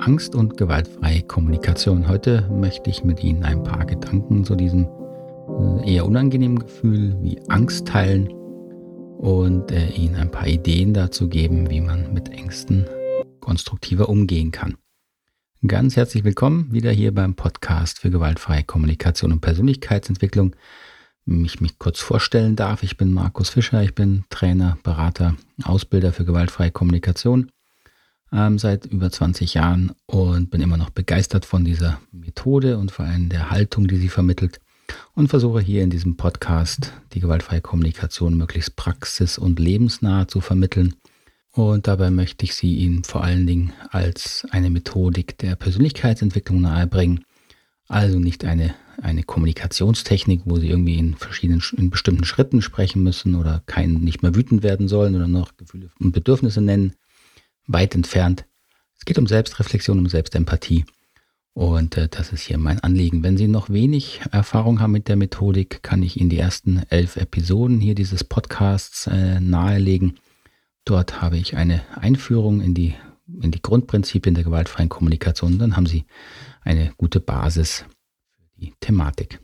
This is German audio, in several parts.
Angst und gewaltfreie Kommunikation. Heute möchte ich mit Ihnen ein paar Gedanken zu diesem eher unangenehmen Gefühl wie Angst teilen und Ihnen ein paar Ideen dazu geben, wie man mit Ängsten konstruktiver umgehen kann. Ganz herzlich willkommen wieder hier beim Podcast für gewaltfreie Kommunikation und Persönlichkeitsentwicklung. Ich mich kurz vorstellen darf, ich bin Markus Fischer, ich bin Trainer, Berater, Ausbilder für gewaltfreie Kommunikation seit über 20 Jahren und bin immer noch begeistert von dieser Methode und vor allem der Haltung, die sie vermittelt, und versuche hier in diesem Podcast die gewaltfreie Kommunikation möglichst praxis- und lebensnah zu vermitteln. Und dabei möchte ich sie Ihnen vor allen Dingen als eine Methodik der Persönlichkeitsentwicklung nahebringen. Also nicht eine Kommunikationstechnik, wo Sie irgendwie in bestimmten Schritten sprechen müssen oder nicht mehr wütend werden sollen oder noch Gefühle und Bedürfnisse nennen. Weit entfernt. Es geht um Selbstreflexion, um Selbstempathie. Und das ist hier mein Anliegen. Wenn Sie noch wenig Erfahrung haben mit der Methodik, kann ich Ihnen die ersten 11 Episoden hier dieses Podcasts nahelegen. Dort habe ich eine Einführung in die Grundprinzipien der gewaltfreien Kommunikation. Dann haben Sie eine gute Basis für die Thematik.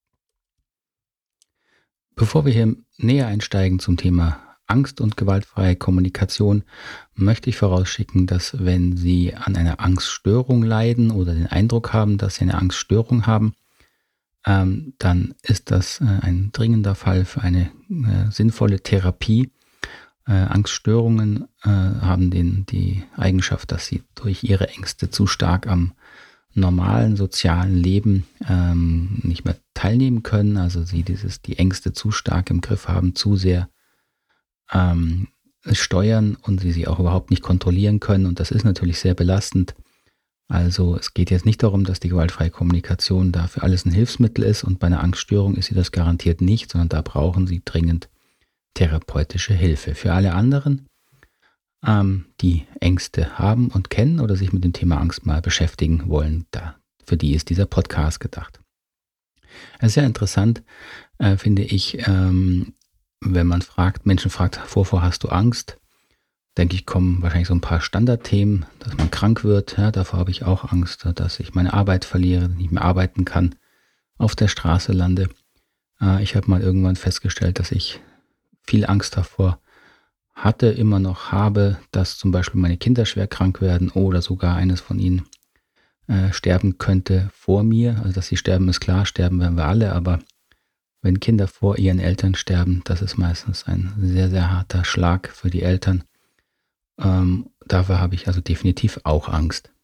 Bevor wir hier näher einsteigen zum Thema Angst und gewaltfreie Kommunikation, möchte ich vorausschicken, dass wenn Sie an einer Angststörung leiden oder den Eindruck haben, dass Sie eine Angststörung haben, dann ist das ein dringender Fall für eine sinnvolle Therapie. Angststörungen haben die Eigenschaft, dass sie durch ihre Ängste zu stark am normalen sozialen Leben nicht mehr teilnehmen können, also sie die Ängste zu stark im Griff haben, zu sehr steuern und sie auch überhaupt nicht kontrollieren können, und das ist natürlich sehr belastend. Also es geht jetzt nicht darum, dass die gewaltfreie Kommunikation dafür alles ein Hilfsmittel ist, und bei einer Angststörung ist sie das garantiert nicht, sondern da brauchen Sie dringend therapeutische Hilfe. Für alle anderen, die Ängste haben und kennen oder sich mit dem Thema Angst mal beschäftigen wollen, für die ist dieser Podcast gedacht. Es ist sehr interessant, finde ich, wenn man Menschen fragt, wovor hast du Angst? Denke ich, kommen wahrscheinlich so ein paar Standardthemen, dass man krank wird, ja, davor habe ich auch Angst, dass ich meine Arbeit verliere, nicht mehr arbeiten kann, auf der Straße lande. Ich habe mal irgendwann festgestellt, dass ich viel Angst davor hatte, immer noch habe, dass zum Beispiel meine Kinder schwer krank werden oder sogar eines von ihnen sterben könnte vor mir. Also dass sie sterben, ist klar, sterben werden wir alle, aber wenn Kinder vor ihren Eltern sterben, das ist meistens ein sehr, sehr harter Schlag für die Eltern. Dafür habe ich also definitiv auch Angst.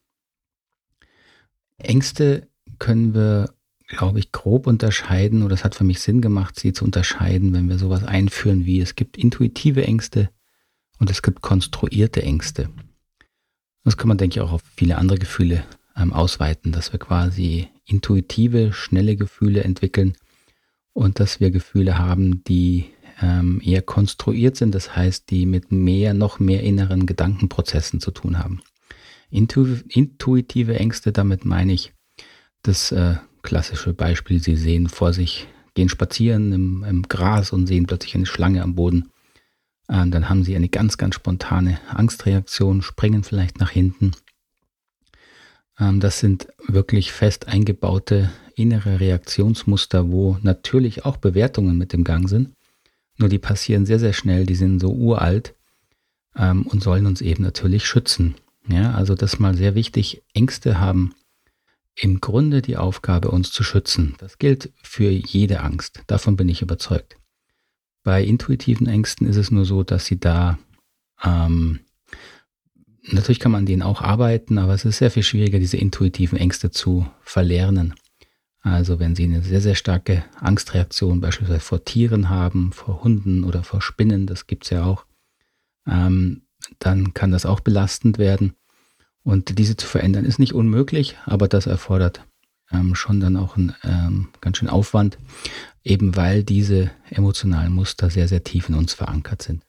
Ängste können wir, glaube ich, grob unterscheiden, oder es hat für mich Sinn gemacht, sie zu unterscheiden, wenn wir sowas einführen wie: es gibt intuitive Ängste und es gibt konstruierte Ängste. Das kann man, denke ich, auch auf viele andere Gefühle ausweiten, dass wir quasi intuitive, schnelle Gefühle entwickeln und dass wir Gefühle haben, die eher konstruiert sind, das heißt, die mit noch mehr inneren Gedankenprozessen zu tun haben. Intuitive Ängste, damit meine ich das klassische Beispiel: Sie sehen vor sich, gehen spazieren im Gras und sehen plötzlich eine Schlange am Boden. Dann haben Sie eine ganz, ganz spontane Angstreaktion, springen vielleicht nach hinten. Das sind wirklich fest eingebaute innere Reaktionsmuster, wo natürlich auch Bewertungen mit im Gang sind. Nur die passieren sehr, sehr schnell, die sind so uralt und sollen uns eben natürlich schützen. Ja, also das ist mal sehr wichtig. Ängste haben im Grunde die Aufgabe, uns zu schützen. Das gilt für jede Angst. Davon bin ich überzeugt. Bei intuitiven Ängsten ist es nur so, dass sie da, natürlich kann man an denen auch arbeiten, aber es ist sehr viel schwieriger, diese intuitiven Ängste zu verlernen. Also wenn Sie eine sehr, sehr starke Angstreaktion beispielsweise vor Tieren haben, vor Hunden oder vor Spinnen, das gibt es ja auch, dann kann das auch belastend werden. Und diese zu verändern ist nicht unmöglich, aber das erfordert schon dann auch einen ganz schön Aufwand, eben weil diese emotionalen Muster sehr, sehr tief in uns verankert sind.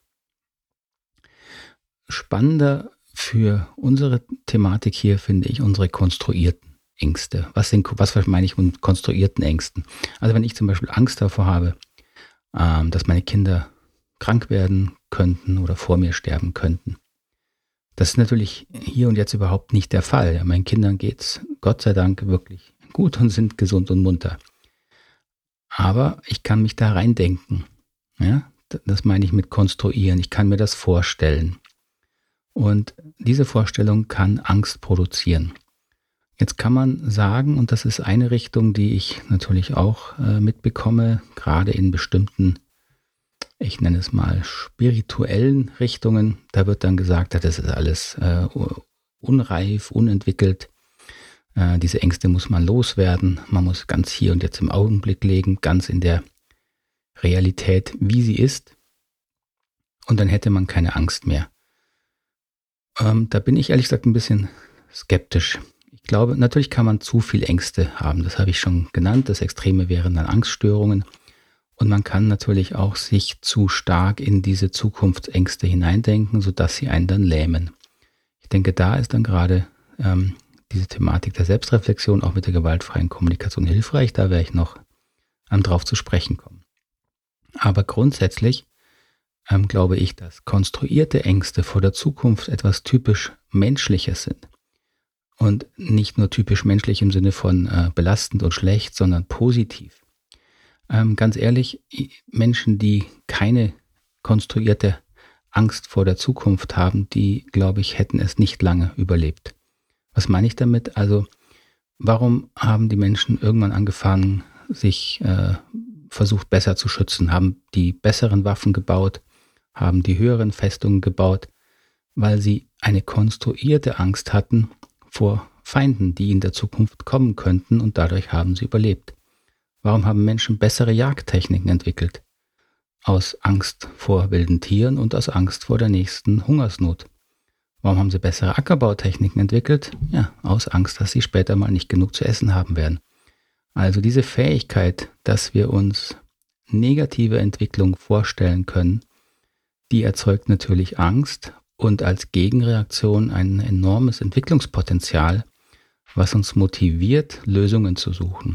Spannender für unsere Thematik hier finde ich unsere konstruierten Ängste. Was meine ich mit konstruierten Ängsten? Also wenn ich zum Beispiel Angst davor habe, dass meine Kinder krank werden könnten oder vor mir sterben könnten, Das ist natürlich hier und jetzt überhaupt nicht der Fall. Ja, meinen Kindern geht's Gott sei Dank wirklich gut und sind gesund und munter. Aber ich kann mich da reindenken. Ja, das meine ich mit konstruieren. Ich kann mir das vorstellen. Und diese Vorstellung kann Angst produzieren. Jetzt kann man sagen, und das ist eine Richtung, die ich natürlich auch mitbekomme, gerade in bestimmten, ich nenne es mal spirituellen Richtungen, da wird dann gesagt, das ist alles unreif, unentwickelt. Diese Ängste muss man loswerden. Man muss ganz hier und jetzt im Augenblick leben, ganz in der Realität, wie sie ist. Und dann hätte man keine Angst mehr. Da bin ich ehrlich gesagt ein bisschen skeptisch. Ich glaube, natürlich kann man zu viel Ängste haben. Das habe ich schon genannt. Das Extreme wären dann Angststörungen. Und man kann natürlich auch sich zu stark in diese Zukunftsängste hineindenken, sodass sie einen dann lähmen. Ich denke, da ist dann gerade diese Thematik der Selbstreflexion auch mit der gewaltfreien Kommunikation hilfreich. Da werde ich noch drauf zu sprechen kommen. Aber grundsätzlich glaube ich, dass konstruierte Ängste vor der Zukunft etwas typisch Menschliches sind. Und nicht nur typisch menschlich im Sinne von belastend und schlecht, sondern positiv. Ganz ehrlich, Menschen, die keine konstruierte Angst vor der Zukunft haben, die, glaube ich, hätten es nicht lange überlebt. Was meine ich damit? Also, warum haben die Menschen irgendwann angefangen, sich versucht besser zu schützen, haben die besseren Waffen gebaut, haben die höheren Festungen gebaut, weil sie eine konstruierte Angst hatten vor Feinden, die in der Zukunft kommen könnten, und dadurch haben sie überlebt. Warum haben Menschen bessere Jagdtechniken entwickelt? Aus Angst vor wilden Tieren und aus Angst vor der nächsten Hungersnot. Warum haben sie bessere Ackerbautechniken entwickelt? Ja, aus Angst, dass sie später mal nicht genug zu essen haben werden. Also diese Fähigkeit, dass wir uns negative Entwicklung vorstellen können, die erzeugt natürlich Angst und als Gegenreaktion ein enormes Entwicklungspotenzial, was uns motiviert, Lösungen zu suchen.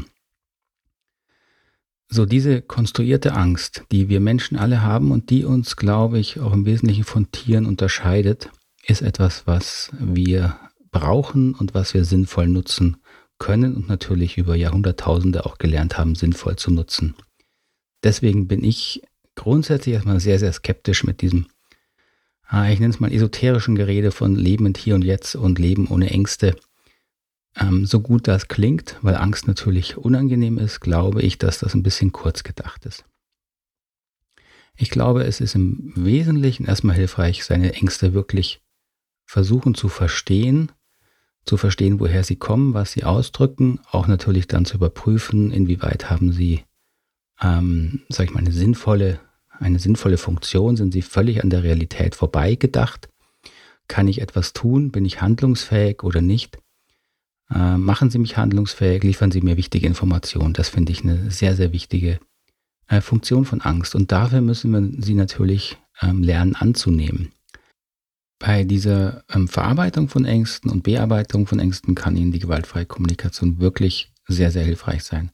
So diese konstruierte Angst, die wir Menschen alle haben und die uns, glaube ich, auch im Wesentlichen von Tieren unterscheidet, ist etwas, was wir brauchen und was wir sinnvoll nutzen können und natürlich über Jahrhunderttausende auch gelernt haben, sinnvoll zu nutzen. Deswegen bin ich grundsätzlich erstmal sehr, sehr skeptisch mit diesem, ich nenne es mal esoterischen Gerede von Leben im Hier und Jetzt und Leben ohne Ängste. So gut das klingt, weil Angst natürlich unangenehm ist, glaube ich, dass das ein bisschen kurz gedacht ist. Ich glaube, es ist im Wesentlichen erstmal hilfreich, seine Ängste wirklich versuchen zu verstehen, woher sie kommen, was sie ausdrücken, auch natürlich dann zu überprüfen, inwieweit haben sie, eine sinnvolle Funktion, sind sie völlig an der Realität vorbei gedacht, kann ich etwas tun, bin ich handlungsfähig oder nicht, machen sie mich handlungsfähig, liefern sie mir wichtige Informationen, das finde ich eine sehr, sehr wichtige Funktion von Angst und dafür müssen wir sie natürlich lernen anzunehmen. Bei dieser Verarbeitung von Ängsten und Bearbeitung von Ängsten kann Ihnen die gewaltfreie Kommunikation wirklich sehr, sehr hilfreich sein.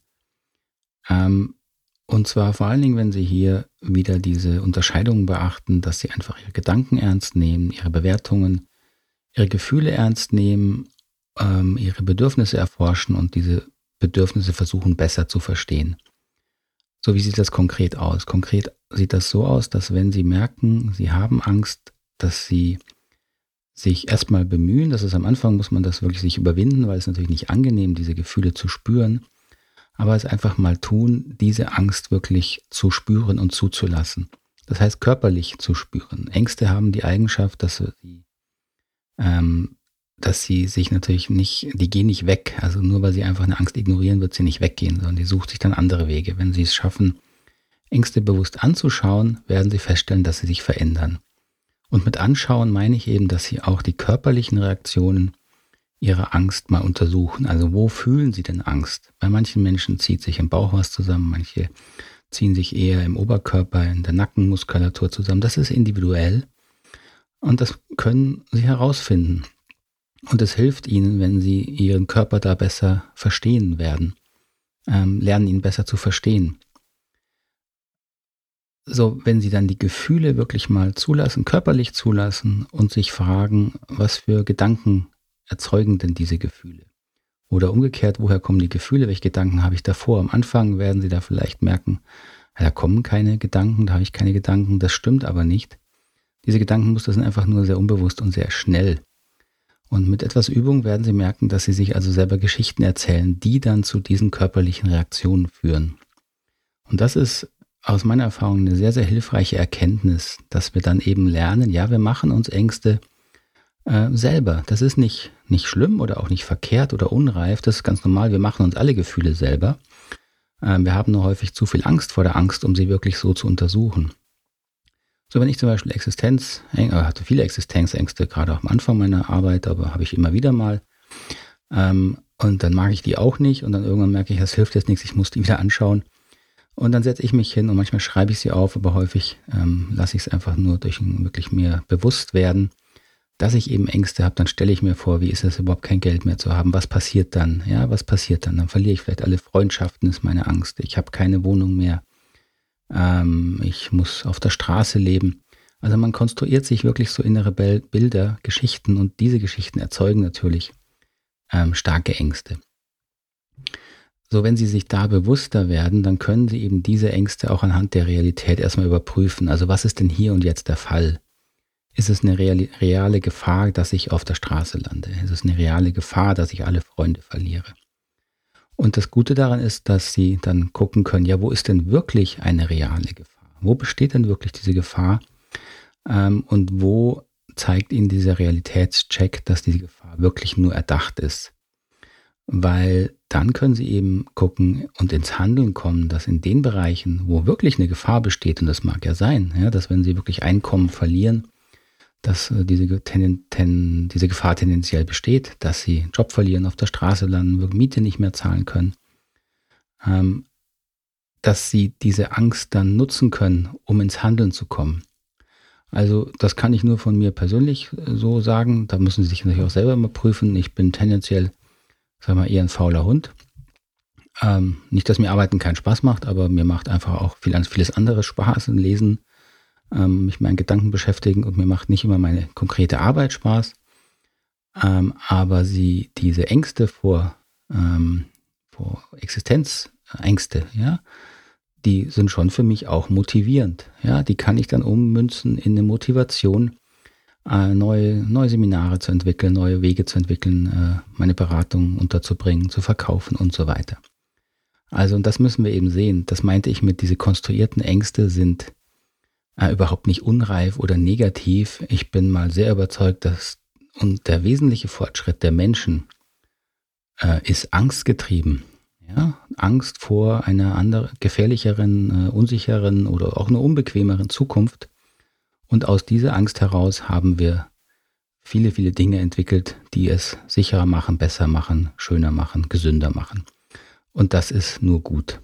Und zwar vor allen Dingen, wenn Sie hier wieder diese Unterscheidungen beachten, dass Sie einfach Ihre Gedanken ernst nehmen, Ihre Bewertungen, Ihre Gefühle ernst nehmen, Ihre Bedürfnisse erforschen und diese Bedürfnisse versuchen besser zu verstehen. So, wie sieht das konkret aus? Konkret sieht das so aus, dass wenn Sie merken, Sie haben Angst, dass Sie sich erstmal bemühen, das ist am Anfang, muss man das wirklich sich überwinden, weil es natürlich nicht angenehm, diese Gefühle zu spüren, aber es einfach mal tun, diese Angst wirklich zu spüren und zuzulassen. Das heißt, körperlich zu spüren. Ängste haben die Eigenschaft, dass sie sich natürlich nicht, die gehen nicht weg. Also nur weil sie einfach eine Angst ignorieren, wird sie nicht weggehen, sondern die sucht sich dann andere Wege. Wenn sie es schaffen, Ängste bewusst anzuschauen, werden sie feststellen, dass sie sich verändern. Und mit anschauen meine ich eben, dass sie auch die körperlichen Reaktionen ihrer Angst mal untersuchen. Also wo fühlen sie denn Angst? Bei manchen Menschen zieht sich im Bauch was zusammen, manche ziehen sich eher im Oberkörper, in der Nackenmuskulatur zusammen. Das ist individuell und das können sie herausfinden. Und es hilft ihnen, wenn sie ihren Körper da besser verstehen werden, lernen ihn besser zu verstehen. so, wenn Sie dann die Gefühle wirklich mal zulassen, körperlich zulassen und sich fragen, was für Gedanken erzeugen denn diese Gefühle? Oder umgekehrt, woher kommen die Gefühle? Welche Gedanken habe ich davor? Am Anfang werden Sie da vielleicht merken, da kommen keine Gedanken, da habe ich keine Gedanken, das stimmt aber nicht. Diese Gedankenmuster sind einfach nur sehr unbewusst und sehr schnell. Und mit etwas Übung werden Sie merken, dass Sie sich also selber Geschichten erzählen, die dann zu diesen körperlichen Reaktionen führen. Und das ist aus meiner Erfahrung eine sehr, sehr hilfreiche Erkenntnis, dass wir dann eben lernen, ja, wir machen uns Ängste selber. Das ist nicht schlimm oder auch nicht verkehrt oder unreif, das ist ganz normal, wir machen uns alle Gefühle selber. Wir haben nur häufig zu viel Angst vor der Angst, um sie wirklich so zu untersuchen. So, wenn ich zum Beispiel hatte viele Existenzängste, gerade auch am Anfang meiner Arbeit, aber habe ich immer wieder mal. Und dann mag ich die auch nicht und dann irgendwann merke ich, das hilft jetzt nichts, ich muss die wieder anschauen. Und dann setze ich mich hin und manchmal schreibe ich sie auf, aber häufig lasse ich es einfach nur durch ein wirklich mir bewusst werden, dass ich eben Ängste habe. Dann stelle ich mir vor, wie ist es überhaupt kein Geld mehr zu haben? Was passiert dann? Ja, was passiert dann? Dann verliere ich vielleicht alle Freundschaften, ist meine Angst. Ich habe keine Wohnung mehr. Ich muss auf der Straße leben. Also man konstruiert sich wirklich so innere Bilder, Geschichten und diese Geschichten erzeugen natürlich starke Ängste. So, wenn Sie sich da bewusster werden, dann können Sie eben diese Ängste auch anhand der Realität erstmal überprüfen. Also was ist denn hier und jetzt der Fall? Ist es eine reale Gefahr, dass ich auf der Straße lande? Ist es eine reale Gefahr, dass ich alle Freunde verliere? Und das Gute daran ist, dass Sie dann gucken können, ja, wo ist denn wirklich eine reale Gefahr? Wo besteht denn wirklich diese Gefahr? Und wo zeigt Ihnen dieser Realitätscheck, dass diese Gefahr wirklich nur erdacht ist? Weil dann können Sie eben gucken und ins Handeln kommen, dass in den Bereichen, wo wirklich eine Gefahr besteht, und das mag ja sein, ja, dass wenn Sie wirklich Einkommen verlieren, dass diese Gefahr tendenziell besteht, dass Sie Job verlieren, auf der Straße landen, wirklich Miete nicht mehr zahlen können, dass Sie diese Angst dann nutzen können, um ins Handeln zu kommen. Also das kann ich nur von mir persönlich so sagen, da müssen Sie sich natürlich auch selber mal prüfen. Ich bin tendenziell, sagen wir mal, eher ein fauler Hund. Nicht, dass mir Arbeiten keinen Spaß macht, aber mir macht einfach auch vieles anderes Spaß, Lesen, mich mit meinen Gedanken beschäftigen und mir macht nicht immer meine konkrete Arbeit Spaß. Aber diese Ängste vor Existenzängste, ja, die sind schon für mich auch motivierend. Ja, die kann ich dann ummünzen in eine Motivation, neue Seminare zu entwickeln, neue Wege zu entwickeln, meine Beratung unterzubringen, zu verkaufen und so weiter. Also, und das müssen wir eben sehen. Das meinte ich mit, diese konstruierten Ängste sind überhaupt nicht unreif oder negativ. Ich bin mal sehr überzeugt, und der wesentliche Fortschritt der Menschen ist angstgetrieben. Ja? Angst vor einer anderen, gefährlicheren, unsicheren oder auch nur unbequemeren Zukunft. Und aus dieser Angst heraus haben wir viele, viele Dinge entwickelt, die es sicherer machen, besser machen, schöner machen, gesünder machen. Und das ist nur gut.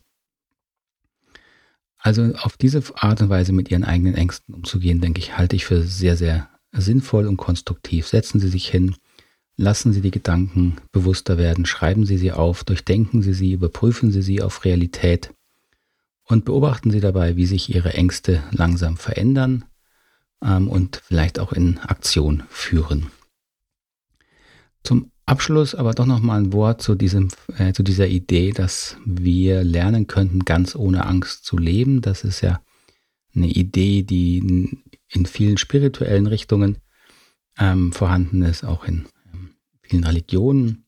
Also auf diese Art und Weise mit Ihren eigenen Ängsten umzugehen, denke ich, halte ich für sehr, sehr sinnvoll und konstruktiv. Setzen Sie sich hin, lassen Sie die Gedanken bewusster werden, schreiben Sie sie auf, durchdenken Sie sie, überprüfen Sie sie auf Realität und beobachten Sie dabei, wie sich Ihre Ängste langsam verändern und vielleicht auch in Aktion führen. Zum Abschluss aber doch nochmal ein Wort zu dieser Idee, dass wir lernen könnten, ganz ohne Angst zu leben. Das ist ja eine Idee, die in vielen spirituellen Richtungen vorhanden ist, auch in vielen Religionen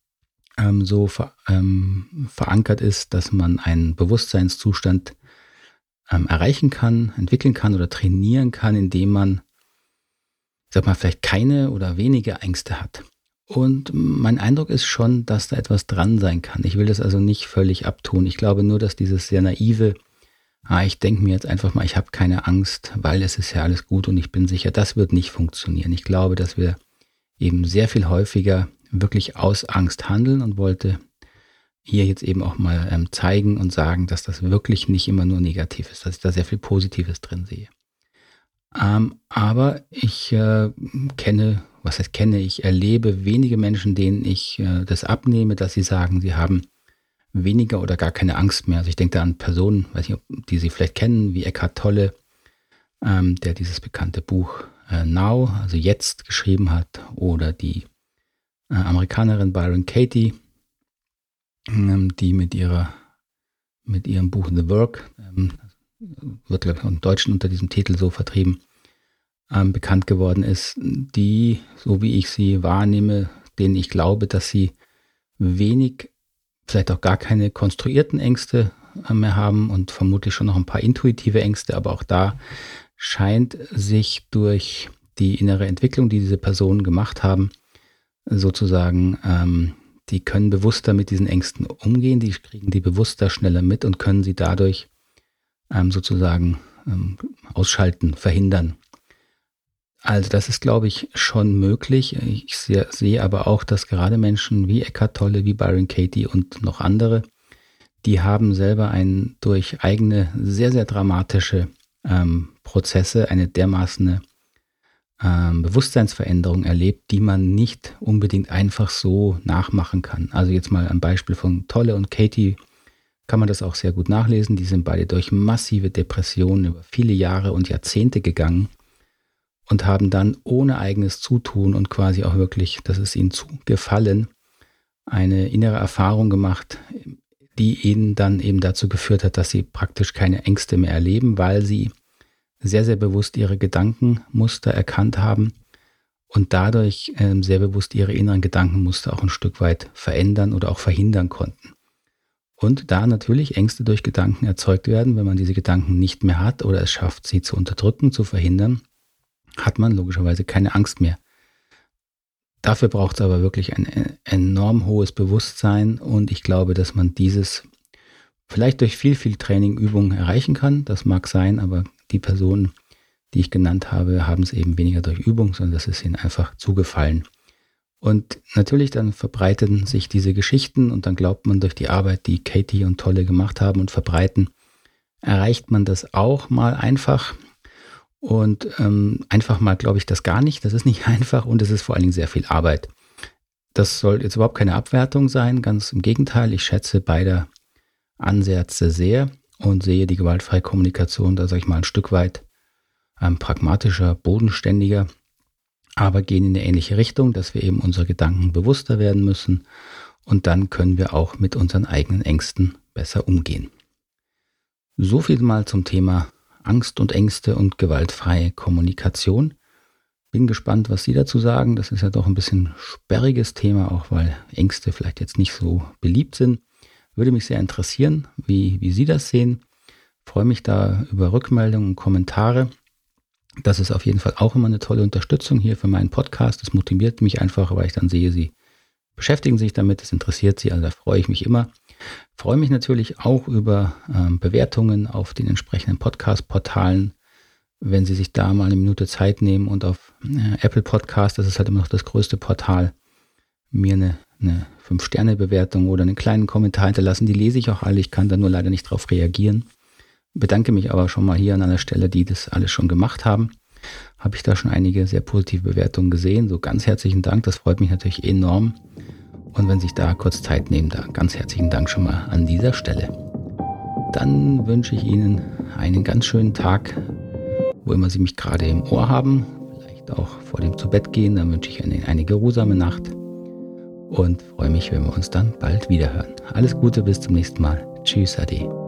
verankert ist, dass man einen Bewusstseinszustand erreichen kann, entwickeln kann oder trainieren kann, indem man, vielleicht keine oder wenige Ängste hat. Und mein Eindruck ist schon, dass da etwas dran sein kann. Ich will das also nicht völlig abtun. Ich glaube nur, dass dieses sehr naive, ich denke mir jetzt einfach mal, ich habe keine Angst, weil es ist ja alles gut und ich bin sicher, das wird nicht funktionieren. Ich glaube, dass wir eben sehr viel häufiger wirklich aus Angst handeln und wollte hier jetzt eben auch mal zeigen und sagen, dass das wirklich nicht immer nur negativ ist, dass ich da sehr viel Positives drin sehe. Aber ich ich erlebe wenige Menschen, denen ich das abnehme, dass sie sagen, sie haben weniger oder gar keine Angst mehr. Also ich denke da an Personen, weiß nicht, die Sie vielleicht kennen, wie Eckhart Tolle, der dieses bekannte Buch Now, also jetzt geschrieben hat, oder die Amerikanerin Byron Katie, die mit ihrem Buch The Work, wird glaube ich im Deutschen unter diesem Titel so vertrieben, bekannt geworden ist, die, so wie ich sie wahrnehme, denen ich glaube, dass sie wenig, vielleicht auch gar keine konstruierten Ängste mehr haben und vermutlich schon noch ein paar intuitive Ängste, aber auch da scheint sich durch die innere Entwicklung, die diese Personen gemacht haben, sozusagen, die können bewusster mit diesen Ängsten umgehen, die kriegen die bewusster schneller mit und können sie dadurch sozusagen ausschalten, verhindern. Also das ist, glaube ich, schon möglich. Ich sehe aber auch, dass gerade Menschen wie Eckhart Tolle, wie Byron Katie und noch andere, die haben selber durch eigene, sehr, sehr dramatische Prozesse eine dermaßen Bewusstseinsveränderung erlebt, die man nicht unbedingt einfach so nachmachen kann. Also jetzt mal ein Beispiel von Tolle und Katie kann man das auch sehr gut nachlesen. Die sind beide durch massive Depressionen über viele Jahre und Jahrzehnte gegangen und haben dann ohne eigenes Zutun und quasi auch wirklich, das ist ihnen zugefallen, eine innere Erfahrung gemacht, die ihnen dann eben dazu geführt hat, dass sie praktisch keine Ängste mehr erleben, weil sie sehr, sehr bewusst ihre Gedankenmuster erkannt haben und dadurch sehr bewusst ihre inneren Gedankenmuster auch ein Stück weit verändern oder auch verhindern konnten. Und da natürlich Ängste durch Gedanken erzeugt werden, wenn man diese Gedanken nicht mehr hat oder es schafft, sie zu unterdrücken, zu verhindern, hat man logischerweise keine Angst mehr. Dafür braucht es aber wirklich ein enorm hohes Bewusstsein und ich glaube, dass man dieses vielleicht durch viel, viel Training, Übung erreichen kann. Das mag sein, aber die Personen, die ich genannt habe, haben es eben weniger durch Übung, sondern das ist ihnen einfach zugefallen. Und natürlich dann verbreiten sich diese Geschichten und dann glaubt man durch die Arbeit, die Katie und Tolle gemacht haben und verbreiten, erreicht man das auch mal einfach. Und einfach mal glaube ich das gar nicht. Das ist nicht einfach und es ist vor allen Dingen sehr viel Arbeit. Das soll jetzt überhaupt keine Abwertung sein, ganz im Gegenteil. Ich schätze beide Ansätze sehr und sehe die gewaltfreie Kommunikation da, sage ich mal, ein Stück weit pragmatischer, bodenständiger, aber gehen in eine ähnliche Richtung, dass wir eben unsere Gedanken bewusster werden müssen und dann können wir auch mit unseren eigenen Ängsten besser umgehen. So viel mal zum Thema Angst und Ängste und gewaltfreie Kommunikation. Bin gespannt, was Sie dazu sagen. Das ist ja doch ein bisschen sperriges Thema, auch weil Ängste vielleicht jetzt nicht so beliebt sind. Würde mich sehr interessieren, wie Sie das sehen. Freue mich da über Rückmeldungen und Kommentare. Das ist auf jeden Fall auch immer eine tolle Unterstützung hier für meinen Podcast. Das motiviert mich einfach, weil ich dann sehe, Sie beschäftigen sich damit, es interessiert Sie, also da freue ich mich immer. Freue mich natürlich auch über Bewertungen auf den entsprechenden Podcast-Portalen. Wenn Sie sich da mal eine Minute Zeit nehmen und auf Apple Podcast, das ist halt immer noch das größte Portal, mir eine 5-Sterne-Bewertung oder einen kleinen Kommentar hinterlassen. Die lese ich auch alle, ich kann da nur leider nicht drauf reagieren. Bedanke mich aber schon mal hier an einer Stelle, die das alles schon gemacht haben. Habe ich da schon einige sehr positive Bewertungen gesehen. So ganz herzlichen Dank, das freut mich natürlich enorm. Und wenn Sie sich da kurz Zeit nehmen, da ganz herzlichen Dank schon mal an dieser Stelle. Dann wünsche ich Ihnen einen ganz schönen Tag, wo immer Sie mich gerade im Ohr haben. Vielleicht auch vor dem Zubettgehen. Dann wünsche ich Ihnen eine geruhsame Nacht. Und freue mich, wenn wir uns dann bald wieder hören. Alles Gute, bis zum nächsten Mal. Tschüss, Ade.